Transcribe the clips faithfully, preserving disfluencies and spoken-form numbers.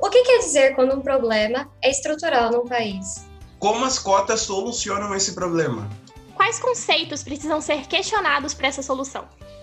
O que quer dizer quando um problema é estrutural num país? Como as cotas solucionam esse problema? Quais conceitos precisam ser questionados para essa solução?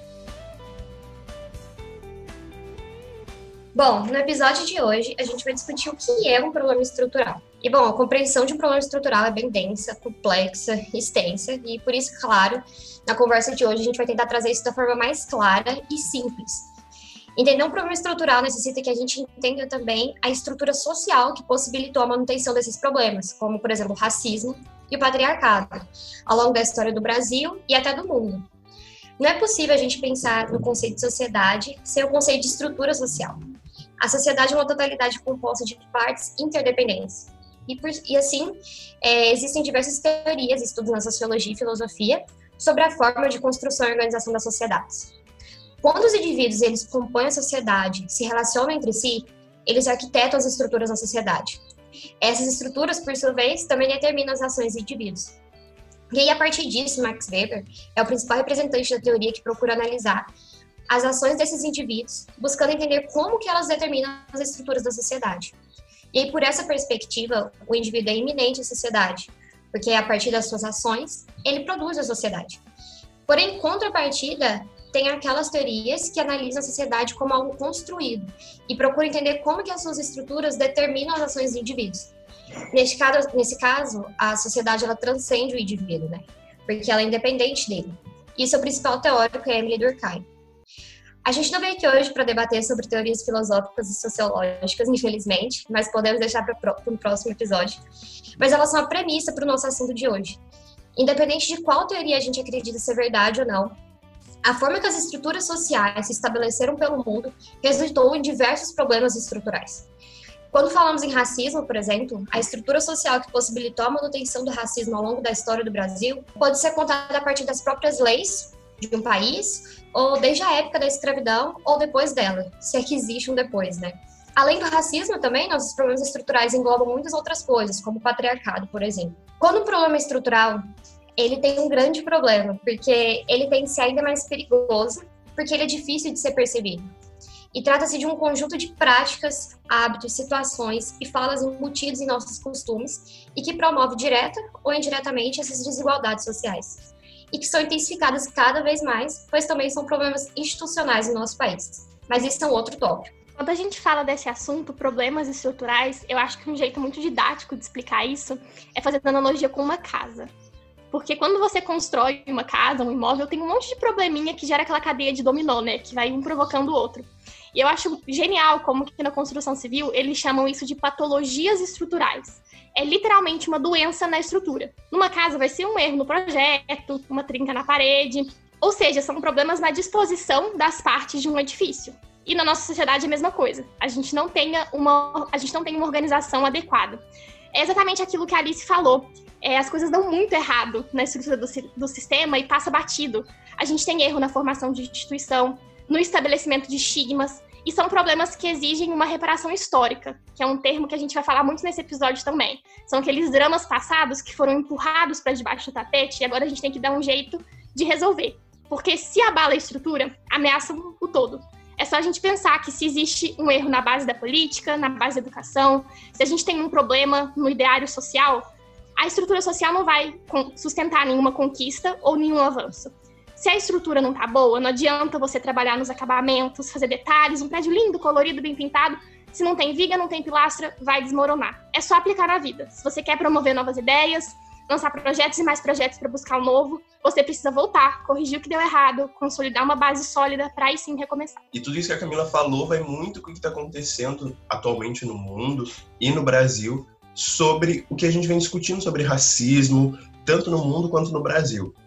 Bom, no episódio de hoje, a gente vai discutir o que é um problema estrutural. E, bom, a compreensão de um problema estrutural é bem densa, complexa, extensa, e por isso, claro, na conversa de hoje a gente vai tentar trazer isso da forma mais clara e simples. Entender um problema estrutural necessita que a gente entenda também a estrutura social que possibilitou a manutenção desses problemas, como, por exemplo, o racismo e o patriarcado, ao longo da história do Brasil e até do mundo. Não é possível a gente pensar no conceito de sociedade sem o conceito de estrutura social. A sociedade é uma totalidade composta de partes interdependentes. E, por, e assim, é, existem diversas teorias, estudos na sociologia e filosofia, sobre a forma de construção e organização das sociedades. Quando os indivíduos eles compõem a sociedade, se relacionam entre si, eles arquitetam as estruturas da sociedade. Essas estruturas, por sua vez, também determinam as ações dos indivíduos. E aí, a partir disso, Max Weber é o principal representante da teoria que procura analisar as ações desses indivíduos, buscando entender como que elas determinam as estruturas da sociedade. E aí, por essa perspectiva, o indivíduo é iminente à sociedade, porque a partir das suas ações, ele produz a sociedade. Porém, em contrapartida, tem aquelas teorias que analisam a sociedade como algo construído e procuram entender como que as suas estruturas determinam as ações dos indivíduos. Nesse caso, nesse caso a sociedade ela transcende o indivíduo, né? Porque ela é independente dele. Isso é o principal teórico, é Emile Durkheim. A gente não veio aqui hoje para debater sobre teorias filosóficas e sociológicas, infelizmente, mas podemos deixar para um próximo episódio. Mas elas são a premissa para o nosso assunto de hoje. Independente de qual teoria a gente acredita ser verdade ou não, a forma que as estruturas sociais se estabeleceram pelo mundo resultou em diversos problemas estruturais. Quando falamos em racismo, por exemplo, a estrutura social que possibilitou a manutenção do racismo ao longo da história do Brasil pode ser contada a partir das próprias leis de um país, ou desde a época da escravidão, ou depois dela, se é que existe um depois, né? Além do racismo também, nossos problemas estruturais englobam muitas outras coisas, como o patriarcado, por exemplo. Quando um problema é estrutural, ele tem um grande problema, porque ele tem que ser ainda mais perigoso, porque ele é difícil de ser percebido. E trata-se de um conjunto de práticas, hábitos, situações e falas embutidos em nossos costumes e que promove direta ou indiretamente essas desigualdades sociais. E que são intensificadas cada vez mais, pois também são problemas institucionais no nosso país. Mas isso é um outro tópico. Quando a gente fala desse assunto, problemas estruturais, eu acho que um jeito muito didático de explicar isso é fazendo analogia com uma casa. Porque quando você constrói uma casa, um imóvel, tem um monte de probleminha que gera aquela cadeia de dominó, né? Que vai um provocando o outro. E eu acho genial como que na construção civil eles chamam isso de patologias estruturais. É literalmente uma doença na estrutura. Numa casa vai ser um erro no projeto, uma trinca na parede. Ou seja, são problemas na disposição das partes de um edifício. E na nossa sociedade é a mesma coisa. A gente não tem uma, a gente não tem uma organização adequada. É exatamente aquilo que a Alice falou. É, as coisas dão muito errado na estrutura do, do sistema e passa batido. A gente tem erro na formação de instituição, no estabelecimento de estigmas, e são problemas que exigem uma reparação histórica, que é um termo que a gente vai falar muito nesse episódio também. São aqueles dramas passados que foram empurrados para debaixo do tapete e agora a gente tem que dar um jeito de resolver. Porque se abala a estrutura, ameaça o todo. É só a gente pensar que se existe um erro na base da política, na base da educação, se a gente tem um problema no ideário social, a estrutura social não vai sustentar nenhuma conquista ou nenhum avanço. Se a estrutura não tá boa, não adianta você trabalhar nos acabamentos, fazer detalhes, um prédio lindo, colorido, bem pintado. Se não tem viga, não tem pilastra, vai desmoronar. É só aplicar na vida. Se você quer promover novas ideias, lançar projetos e mais projetos para buscar o novo, você precisa voltar, corrigir o que deu errado, consolidar uma base sólida para aí sim recomeçar. E tudo isso que a Camila falou vai muito com o que está acontecendo atualmente no mundo e no Brasil sobre o que a gente vem discutindo sobre racismo, tanto no mundo quanto no Brasil.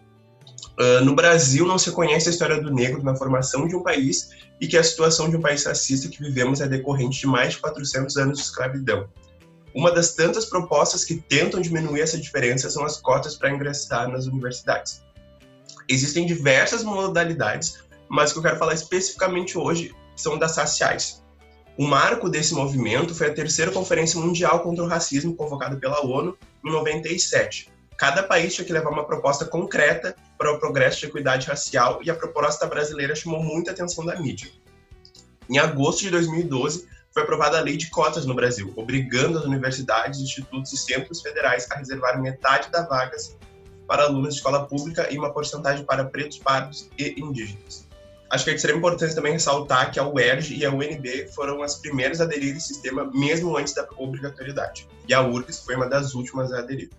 Uh, no Brasil não se conhece a história do negro na formação de um país e que a situação de um país racista que vivemos é decorrente de mais de quatrocentos anos de escravidão. Uma das tantas propostas que tentam diminuir essa diferença são as cotas para ingressar nas universidades. Existem diversas modalidades, mas o que eu quero falar especificamente hoje são das raciais. O marco desse movimento foi a terceira Conferência Mundial contra o Racismo, convocada pela ONU em noventa e sete. Cada país tinha que levar uma proposta concreta para o progresso de equidade racial e a proposta brasileira chamou muita atenção da mídia. Em agosto de dois mil e doze, foi aprovada a Lei de Cotas no Brasil, obrigando as universidades, institutos e centros federais a reservar metade das vagas para alunos de escola pública e uma porcentagem para pretos, pardos e indígenas. Acho que é de extrema importância também ressaltar que a U E R J e a U N B foram as primeiras a aderir ao sistema mesmo antes da obrigatoriedade, e a U R G S foi uma das últimas a aderir.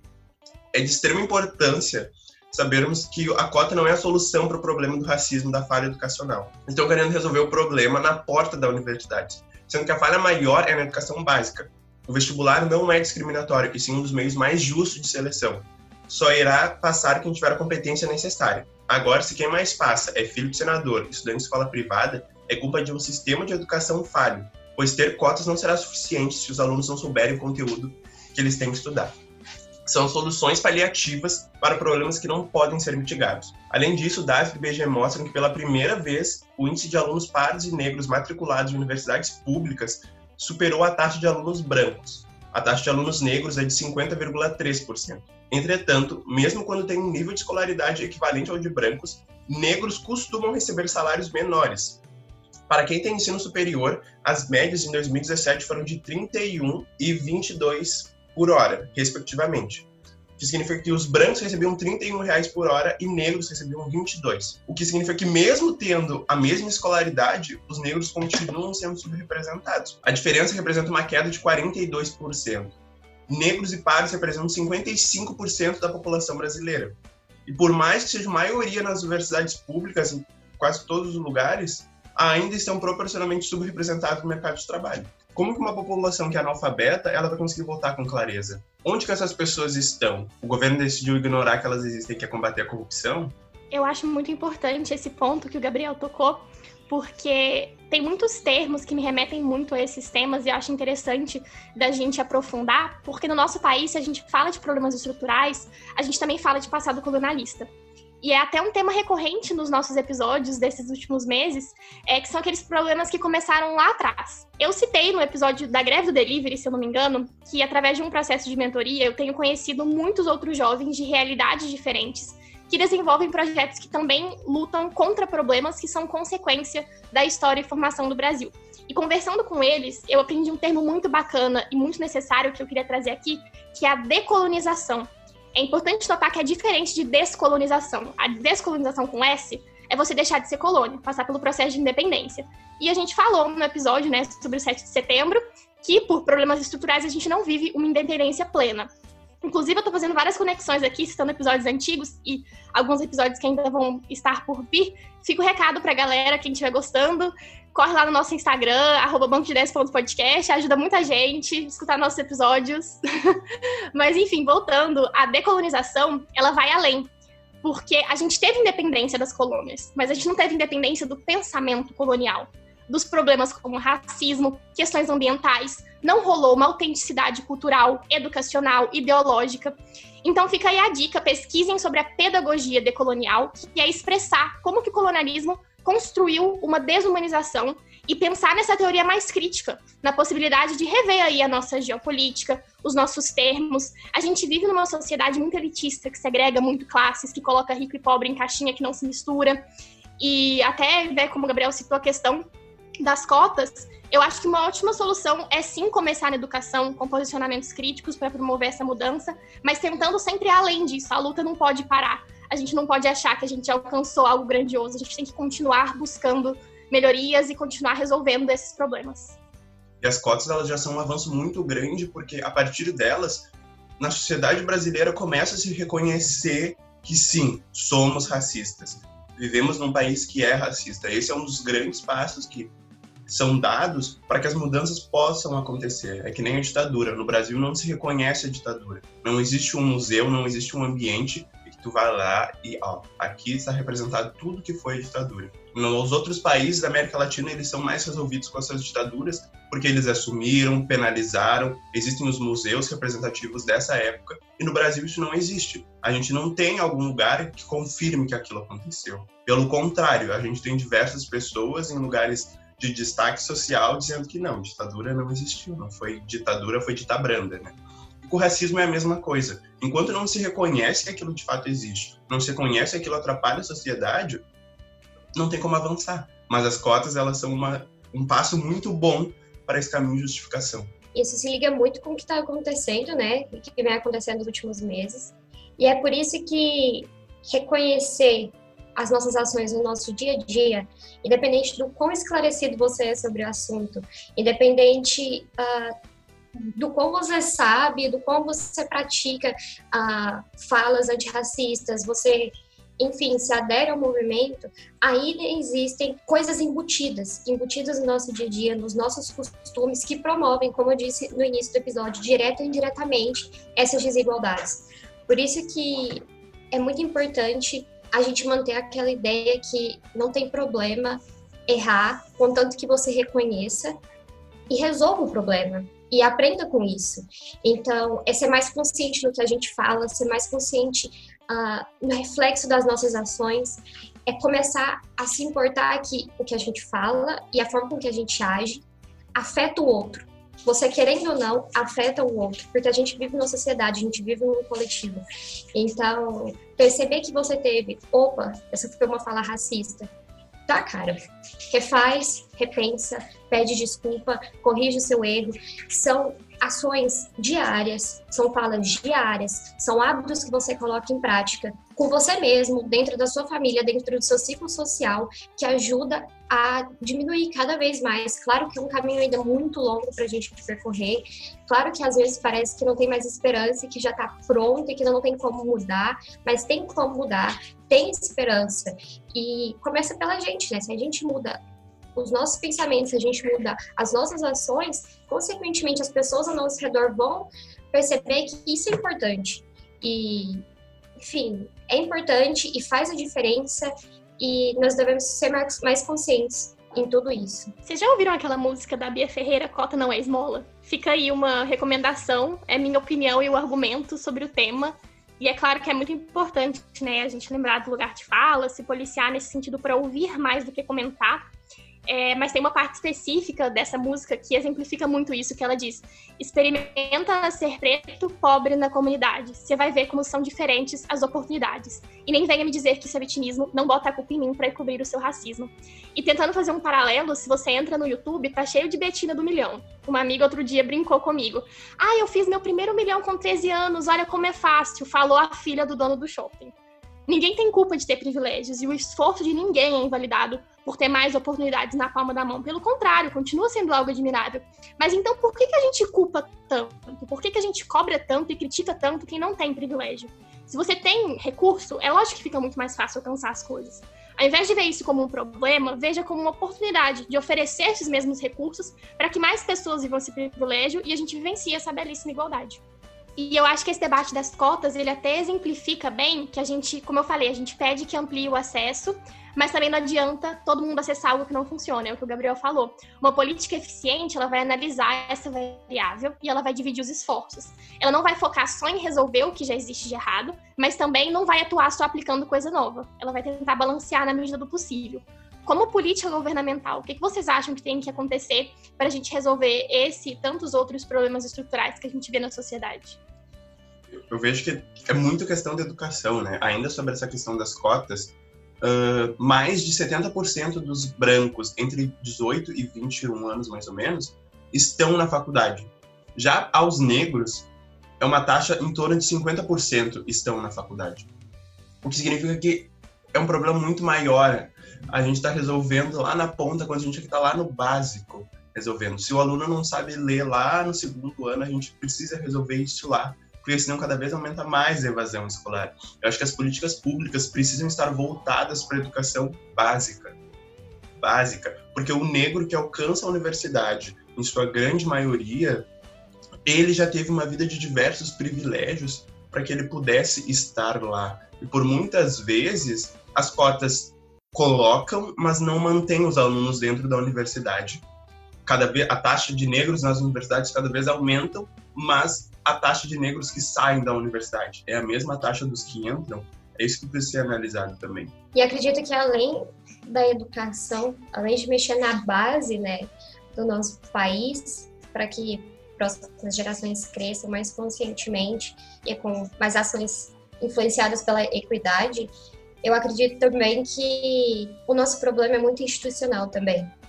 É de extrema importância sabermos que a cota não é a solução para o problema do racismo da falha educacional. Estão querendo resolver o problema na porta da universidade, sendo que a falha maior é na educação básica. O vestibular não é discriminatório, e sim um dos meios mais justos de seleção. Só irá passar quem tiver a competência necessária. Agora, se quem mais passa é filho de senador, estudante de escola privada, é culpa de um sistema de educação falho, pois ter cotas não será suficiente se os alunos não souberem o conteúdo que eles têm que estudar. São soluções paliativas para problemas que não podem ser mitigados. Além disso, dados do I B G E mostram que pela primeira vez o índice de alunos pardos e negros matriculados em universidades públicas superou a taxa de alunos brancos. A taxa de alunos negros é de cinquenta vírgula três por cento. Entretanto, mesmo quando tem um nível de escolaridade equivalente ao de brancos, negros costumam receber salários menores. Para quem tem ensino superior, as médias em dois mil e dezessete foram de trinta e um e vinte e dois por hora, respectivamente. O que significa que os brancos recebiam trinta e um reais por hora e negros recebiam vinte e dois. O que significa que mesmo tendo a mesma escolaridade, os negros continuam sendo subrepresentados. A diferença representa uma queda de quarenta e dois por cento. Negros e pardos representam cinquenta e cinco por cento da população brasileira. E por mais que seja maioria nas universidades públicas, em quase todos os lugares, ainda estão proporcionalmente subrepresentados no mercado de trabalho. Como que uma população que é analfabeta, ela vai conseguir votar com clareza? Onde que essas pessoas estão? O governo decidiu ignorar que elas existem e quer combater a corrupção? Eu acho muito importante esse ponto que o Gabriel tocou, porque tem muitos termos que me remetem muito a esses temas e eu acho interessante da gente aprofundar, porque no nosso país, se a gente fala de problemas estruturais, a gente também fala de passado colonialista. E é até um tema recorrente nos nossos episódios desses últimos meses, é, que são aqueles problemas que começaram lá atrás. Eu citei no episódio da greve do delivery, se eu não me engano, que através de um processo de mentoria eu tenho conhecido muitos outros jovens de realidades diferentes que desenvolvem projetos que também lutam contra problemas que são consequência da história e formação do Brasil. E conversando com eles, eu aprendi um termo muito bacana e muito necessário que eu queria trazer aqui, que é a decolonização. É importante notar que é diferente de descolonização. A descolonização com S é você deixar de ser colônia, passar pelo processo de independência. E a gente falou no episódio, né, sobre o sete de setembro, que por problemas estruturais a gente não vive uma independência plena. Inclusive, eu tô fazendo várias conexões aqui, citando episódios antigos e alguns episódios que ainda vão estar por vir. Fica o recado pra galera, quem estiver gostando, corre lá no nosso Instagram, arroba banco de ideias ponto podcast, ajuda muita gente a escutar nossos episódios. Mas, enfim, voltando, a decolonização, ela vai além. Porque a gente teve independência das colônias, mas a gente não teve independência do pensamento colonial, dos problemas como racismo, questões ambientais. Não rolou uma autenticidade cultural, educacional, ideológica. Então fica aí a dica, pesquisem sobre a pedagogia decolonial, que é expressar como que o colonialismo construiu uma desumanização e pensar nessa teoria mais crítica, na possibilidade de rever aí a nossa geopolítica, os nossos termos. A gente vive numa sociedade muito elitista, que segrega muito classes, que coloca rico e pobre em caixinha que não se mistura. E até, né, como o Gabriel citou a questão das cotas, eu acho que uma ótima solução é sim começar na educação com posicionamentos críticos para promover essa mudança, mas tentando sempre ir além disso. A luta não pode parar. A gente não pode achar que a gente alcançou algo grandioso. A gente tem que continuar buscando melhorias e continuar resolvendo esses problemas. E as cotas, elas já são um avanço muito grande, porque a partir delas, na sociedade brasileira começa a se reconhecer que sim, somos racistas. Vivemos num país que é racista. Esse é um dos grandes passos que são dados para que as mudanças possam acontecer. É que nem a ditadura. No Brasil não se reconhece a ditadura. Não existe um museu, não existe um ambiente que tu vai lá e, ó, aqui está representado tudo que foi a ditadura. Nos outros países da América Latina, eles são mais resolvidos com essas ditaduras, porque eles assumiram, penalizaram, existem os museus representativos dessa época, e no Brasil isso não existe. A gente não tem algum lugar que confirme que aquilo aconteceu. Pelo contrário, a gente tem diversas pessoas em lugares de destaque social dizendo que não, ditadura não existiu, não foi ditadura, foi ditabranda, né? E com o racismo é a mesma coisa. Enquanto não se reconhece que aquilo de fato existe, não se reconhece que aquilo atrapalha a sociedade, não tem como avançar. Mas as cotas, elas são uma, um passo muito bom para esse caminho de justificação. Isso se liga muito com o que está acontecendo, né? O que vem acontecendo nos últimos meses. E é por isso que reconhecer as nossas ações no nosso dia a dia, independente do quão esclarecido você é sobre o assunto, independente uh, do quão você sabe, do quão você pratica uh, falas antirracistas, você, enfim, se adere ao movimento, ainda existem coisas embutidas, embutidas no nosso dia a dia, nos nossos costumes, que promovem, como eu disse no início do episódio, direto e indiretamente, essas desigualdades. Por isso que é muito importante a gente manter aquela ideia que não tem problema errar, contanto que você reconheça e resolva o problema e aprenda com isso. Então, é ser mais consciente no que a gente fala, ser mais consciente uh, no reflexo das nossas ações, é começar a se importar que o que a gente fala e a forma com que a gente age afeta o outro. Você, querendo ou não, afeta o outro, porque a gente vive numa sociedade, a gente vive num coletivo. Então, perceber que você teve, opa, essa foi uma fala racista, tá, cara, refaz, repensa, pede desculpa, corrige o seu erro. São ações diárias, são falas diárias, são hábitos que você coloca em prática com você mesmo, dentro da sua família, dentro do seu ciclo social, que ajuda a diminuir cada vez mais. Claro que é um caminho ainda muito longo para a gente percorrer, claro que às vezes parece que não tem mais esperança, que já está pronto e que não tem como mudar, mas tem como mudar, tem esperança. E começa pela gente, né? Se a gente muda os nossos pensamentos, se a gente muda as nossas ações, consequentemente as pessoas ao nosso redor vão perceber que isso é importante. E, enfim, é importante e faz a diferença, e nós devemos ser mais, mais conscientes em tudo isso. Vocês já ouviram aquela música da Bia Ferreira, Cota Não É Esmola? Fica aí uma recomendação, é minha opinião e o argumento sobre o tema. E é claro que é muito importante, né, a gente lembrar do lugar de fala, se policiar nesse sentido para ouvir mais do que comentar. É, mas tem uma parte específica dessa música que exemplifica muito isso, que ela diz: experimenta ser preto, pobre na comunidade. Você vai ver como são diferentes as oportunidades. E nem venha me dizer que isso é vitimismo, não bota a culpa em mim para cobrir o seu racismo. E tentando fazer um paralelo, se você entra no YouTube, tá cheio de Betina do Milhão. Uma amiga outro dia brincou comigo: ah, eu fiz meu primeiro milhão com treze anos, olha como é fácil, falou a filha do dono do shopping. Ninguém tem culpa de ter privilégios, e o esforço de ninguém é invalidado por ter mais oportunidades na palma da mão. Pelo contrário, continua sendo algo admirável. Mas então, por que que a gente culpa tanto? Por que que a gente cobra tanto e critica tanto quem não tem privilégio? Se você tem recurso, é lógico que fica muito mais fácil alcançar as coisas. Ao invés de ver isso como um problema, veja como uma oportunidade de oferecer esses mesmos recursos para que mais pessoas vivam esse privilégio e a gente vivencie essa belíssima igualdade. E eu acho que esse debate das cotas, ele até exemplifica bem que a gente, como eu falei, a gente pede que amplie o acesso, mas também não adianta todo mundo acessar algo que não funciona, é o que o Gabriel falou. Uma política eficiente, ela vai analisar essa variável e ela vai dividir os esforços. Ela não vai focar só em resolver o que já existe de errado, mas também não vai atuar só aplicando coisa nova. Ela vai tentar balancear na medida do possível. Como política governamental, o que vocês acham que tem que acontecer para a gente resolver esse e tantos outros problemas estruturais que a gente vê na sociedade? Eu vejo que é muito questão de educação, né? Ainda sobre essa questão das cotas, uh, mais de setenta por cento dos brancos entre dezoito e vinte e um anos, mais ou menos, estão na faculdade. Já aos negros, é uma taxa em torno de cinquenta por cento estão na faculdade. O que significa que é um problema muito maior. A gente está resolvendo lá na ponta, quando a gente está lá no básico resolvendo. Se o aluno não sabe ler lá no segundo ano, a gente precisa resolver isso lá, porque senão cada vez aumenta mais a evasão escolar. Eu acho que as políticas públicas precisam estar voltadas para a educação básica. Básica. Porque o negro que alcança a universidade, em sua grande maioria, ele já teve uma vida de diversos privilégios para que ele pudesse estar lá. E por muitas vezes, as cotas colocam, mas não mantêm os alunos dentro da universidade. Cada vez, a taxa de negros nas universidades cada vez aumentam, mas a taxa de negros que saem da universidade é a mesma taxa dos que entram. É isso que precisa ser analisado também. E acredito que além da educação, além de mexer na base, né, do nosso país, para que próximas gerações cresçam mais conscientemente e com mais ações influenciadas pela equidade, eu acredito também que o nosso problema é muito institucional também.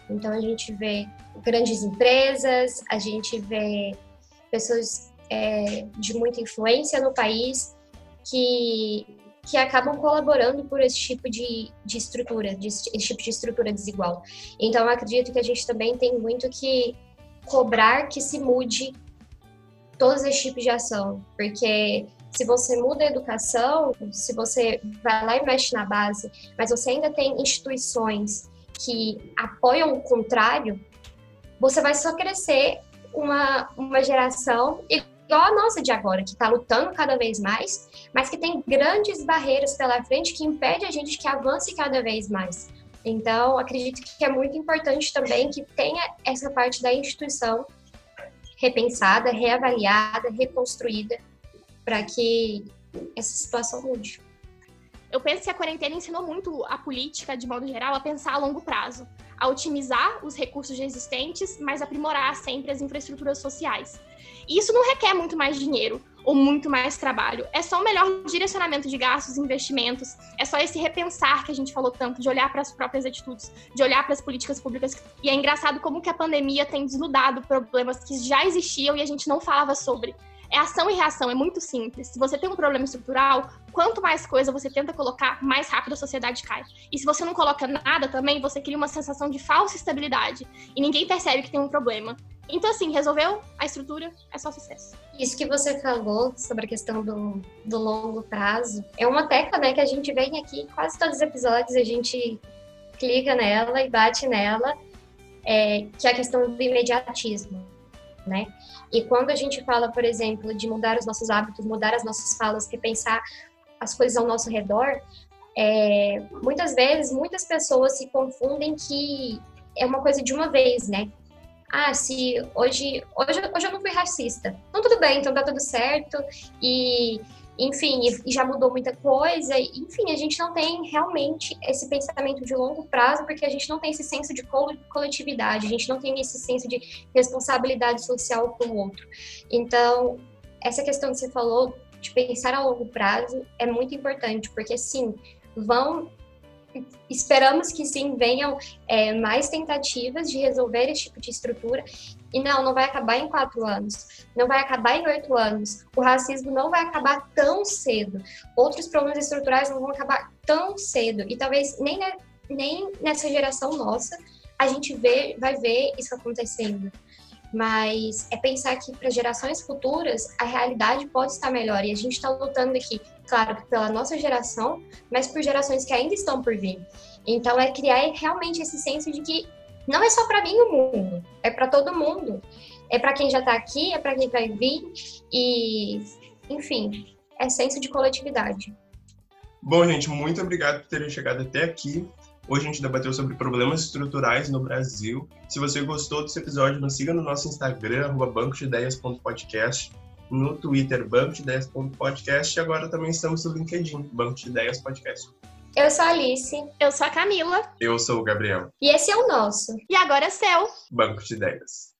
Então, a gente vê grandes empresas, a gente vê pessoas é, de muita influência no país que, que acabam colaborando por esse tipo de, de estrutura, de, esse tipo de estrutura desigual. Então, eu acredito que a gente também tem muito que cobrar que se mude todos esses tipos de ação, porque se você muda a educação, se você vai lá e mexe na base, mas você ainda tem instituições que apoiam o contrário, você vai só crescer uma, uma geração igual a nossa de agora, que está lutando cada vez mais, mas que tem grandes barreiras pela frente que impedem a gente que avance cada vez mais. Então, acredito que é muito importante também que tenha essa parte da instituição repensada, reavaliada, reconstruída, para que essa situação mude. Eu penso que a quarentena ensinou muito a política, de modo geral, a pensar a longo prazo, a otimizar os recursos existentes, mas aprimorar sempre as infraestruturas sociais. E isso não requer muito mais dinheiro ou muito mais trabalho. É só um melhor direcionamento de gastos e investimentos. É só esse repensar que a gente falou tanto, de olhar para as próprias atitudes, de olhar para as políticas públicas. E é engraçado como que a pandemia tem desnudado problemas que já existiam e a gente não falava sobre. É ação e reação, é muito simples. Se você tem um problema estrutural, quanto mais coisa você tenta colocar, mais rápido a sociedade cai. E se você não coloca nada também, você cria uma sensação de falsa estabilidade. E ninguém percebe que tem um problema. Então, assim, resolveu a estrutura, é só sucesso. Isso que você falou sobre a questão do, do longo prazo, é uma tecla, né, que a gente vem aqui, quase todos os episódios, a gente clica nela e bate nela, é, que é a questão do imediatismo, né? E quando a gente fala, por exemplo, de mudar os nossos hábitos, mudar as nossas falas, repensar as coisas ao nosso redor, é, muitas vezes, muitas pessoas se confundem que é uma coisa de uma vez, né? Ah, se hoje, hoje, hoje eu não fui racista. Então, tudo bem, então tá tudo certo. E, enfim, e já mudou muita coisa. Enfim, a gente não tem realmente esse pensamento de longo prazo, porque a gente não tem esse senso de coletividade, a gente não tem esse senso de responsabilidade social com o outro. Então, essa questão que você falou de pensar a longo prazo é muito importante, porque, sim, vão... Esperamos que sim, venham é, mais tentativas de resolver esse tipo de estrutura. E não, não vai acabar em quatro anos, não vai acabar em oito anos. O racismo não vai acabar tão cedo. Outros problemas estruturais não vão acabar tão cedo. E talvez nem, ne, nem nessa geração nossa a gente vê, vai ver isso acontecendo. Mas é pensar que para gerações futuras a realidade pode estar melhor. E a gente está lutando aqui, claro, pela nossa geração, mas por gerações que ainda estão por vir. Então é criar realmente esse senso de que não é só para mim o mundo, é para todo mundo. É para quem já está aqui, é para quem vai vir. E, enfim, é senso de coletividade. Bom, gente, muito obrigado por terem chegado até aqui. Hoje a gente debateu sobre problemas estruturais no Brasil. Se você gostou desse episódio, nos siga no nosso Instagram, arroba banco de ideias ponto podcast, no Twitter, banco de ideias ponto podcast, e agora também estamos no LinkedIn, Banco de Ideias Podcast. Eu sou a Alice. Eu sou a Camila. Eu sou o Gabriel. E esse é o nosso. E agora é seu. Banco de Ideias.